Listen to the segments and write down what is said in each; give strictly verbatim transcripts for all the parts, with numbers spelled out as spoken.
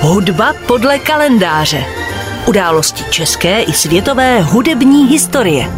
Hudba podle kalendáře. Události české i světové hudební historie.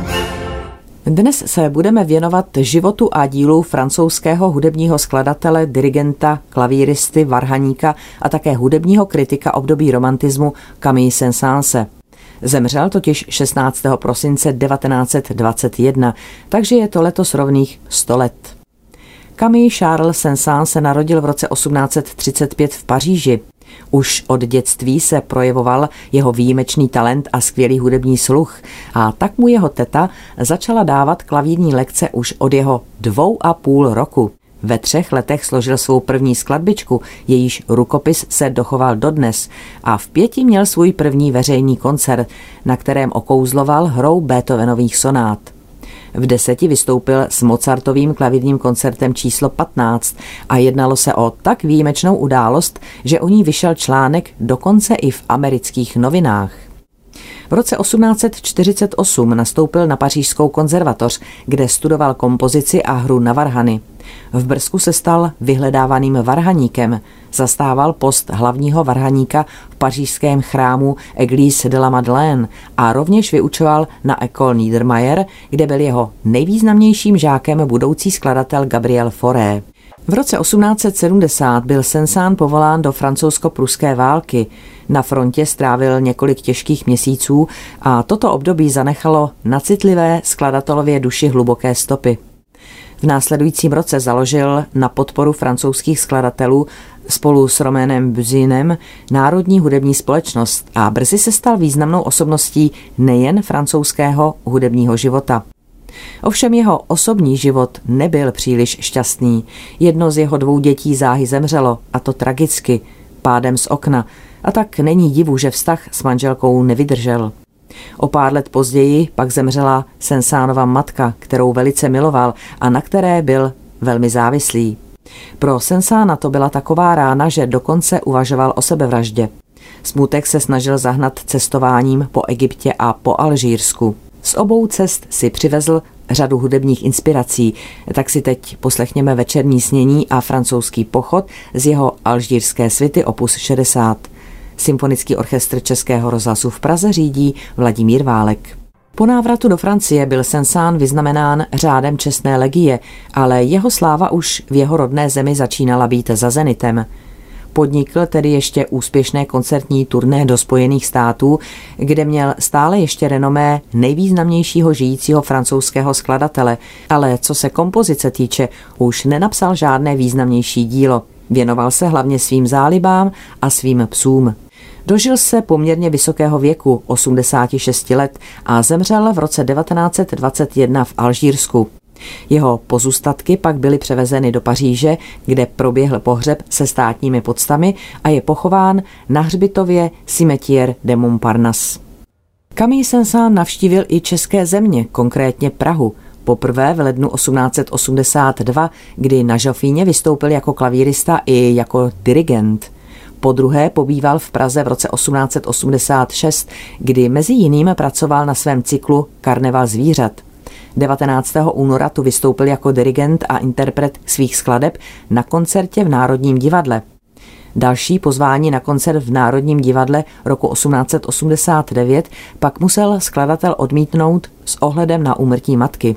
Dnes se budeme věnovat životu a dílu francouzského hudebního skladatele, dirigenta, klavíristy, varhaníka a také hudebního kritika období romantismu Camille Saint-Saënse. Zemřel totiž šestnáctého prosince devatenáct set dvacet jedna, takže je to letos rovných sto let. Camille Charles Saint-Saëns se narodil v roce osmnáct set třicet pět v Paříži. Už od dětství se projevoval jeho výjimečný talent a skvělý hudební sluch a tak mu jeho teta začala dávat klavírní lekce už od jeho dvou a půl roku. Ve třech letech složil svou první skladbičku, jejíž rukopis se dochoval dodnes, a v pěti měl svůj první veřejný koncert, na kterém okouzloval hrou Beethovenových sonát. V deseti vystoupil s Mozartovým klavírním koncertem číslo patnáct a jednalo se o tak výjimečnou událost, že o ní vyšel článek dokonce i v amerických novinách. V roce osmnáct set čtyřicet osm nastoupil na Pařížskou konzervatoř, kde studoval kompozici a hru na varhany. V Brzku se stal vyhledávaným varhaníkem. Zastával post hlavního varhaníka v pařížském chrámu Église de la Madeleine a rovněž vyučoval na École Niedermayer, kde byl jeho nejvýznamnějším žákem budoucí skladatel Gabriel Fauré. V roce osmnáct set sedmdesát byl Saint-Saëns povolán do francouzsko-pruské války. Na frontě strávil několik těžkých měsíců a toto období zanechalo na citlivé skladatelově duši hluboké stopy. V následujícím roce založil na podporu francouzských skladatelů spolu s Romainem Buzinem Národní hudební společnost a brzy se stal významnou osobností nejen francouzského hudebního života. Ovšem jeho osobní život nebyl příliš šťastný. Jedno z jeho dvou dětí záhy zemřelo, a to tragicky, pádem z okna, a tak není divu, že vztah s manželkou nevydržel. O pár let později pak zemřela Saint-Saënsova matka, kterou velice miloval a na které byl velmi závislý. Pro Saint-Saënsa to byla taková rána, že dokonce uvažoval o sebevraždě. Smutek se snažil zahnat cestováním po Egyptě a po Alžírsku. Z obou cest si přivezl řadu hudebních inspirací, tak si teď poslechněme večerní snění a francouzský pochod z jeho alžírské svity opus šedesát. Symfonický orchestr Českého rozhlasu v Praze řídí Vladimír Válek. Po návratu do Francie byl Saint-Saëns vyznamenán řádem čestné legie, ale jeho sláva už v jeho rodné zemi začínala být za zenitem. Podnikl tedy ještě úspěšné koncertní turné do Spojených států, kde měl stále ještě renomé nejvýznamnějšího žijícího francouzského skladatele, ale co se kompozice týče, už nenapsal žádné významnější dílo. Věnoval se hlavně svým zálibám a svým psům. Dožil se poměrně vysokého věku, osmdesáti šesti let, a zemřel v roce devatenáct set dvacet jedna v Alžírsku. Jeho pozůstatky pak byly převezeny do Paříže, kde proběhl pohřeb se státními poctami a je pochován na hřbitově Cimetière de Montparnasse. Camille Saint-Saëns navštívil i české země, konkrétně Prahu. Poprvé v lednu osmnáct set osmdesát dva, kdy na Žofíně vystoupil jako klavírista i jako dirigent. Podruhé pobýval v Praze v roce osmnáct set osmdesát šest, kdy mezi jiným pracoval na svém cyklu Karneval zvířat. devatenáctého února tu vystoupil jako dirigent a interpret svých skladeb na koncertě v Národním divadle. Další pozvání na koncert v Národním divadle roku osmnáct set osmdesát devět pak musel skladatel odmítnout s ohledem na úmrtí matky.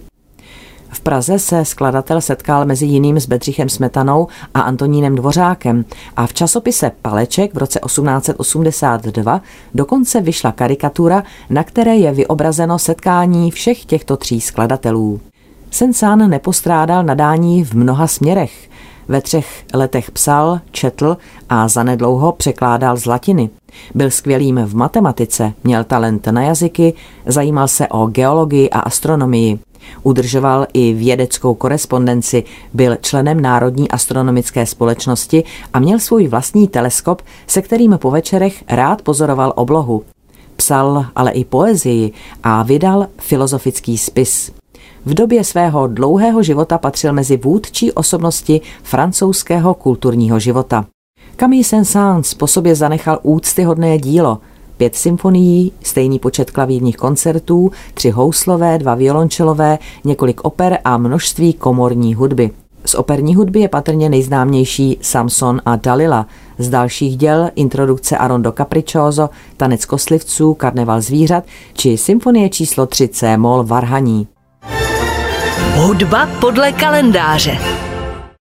V Praze se skladatel setkal mezi jiným s Bedřichem Smetanou a Antonínem Dvořákem a v časopise Paleček v roce osmnáct set osmdesát dva dokonce vyšla karikatura, na které je vyobrazeno setkání všech těchto tří skladatelů. Saint-Saëns nepostrádal nadání v mnoha směrech. Ve třech letech psal, četl a zanedlouho překládal z latiny. Byl skvělým v matematice, měl talent na jazyky, zajímal se o geologii a astronomii. Udržoval i vědeckou korespondenci, byl členem Národní astronomické společnosti a měl svůj vlastní teleskop, se kterým po večerech rád pozoroval oblohu. Psal ale i poezii a vydal filozofický spis. V době svého dlouhého života patřil mezi vůdčí osobnosti francouzského kulturního života. Camille Saint-Saëns po sobě zanechal úctyhodné dílo, pět symfonií, stejný počet klavírních koncertů, tři houslové, dva violončelové, několik oper a množství komorní hudby. Z operní hudby je patrně nejznámější Samson a Dalila. Z dalších děl introdukce Arondo Capriccioso, Tanec koslivců, Karneval zvířat či symfonie číslo tři C moll Varhaní. Hudba podle kalendáře.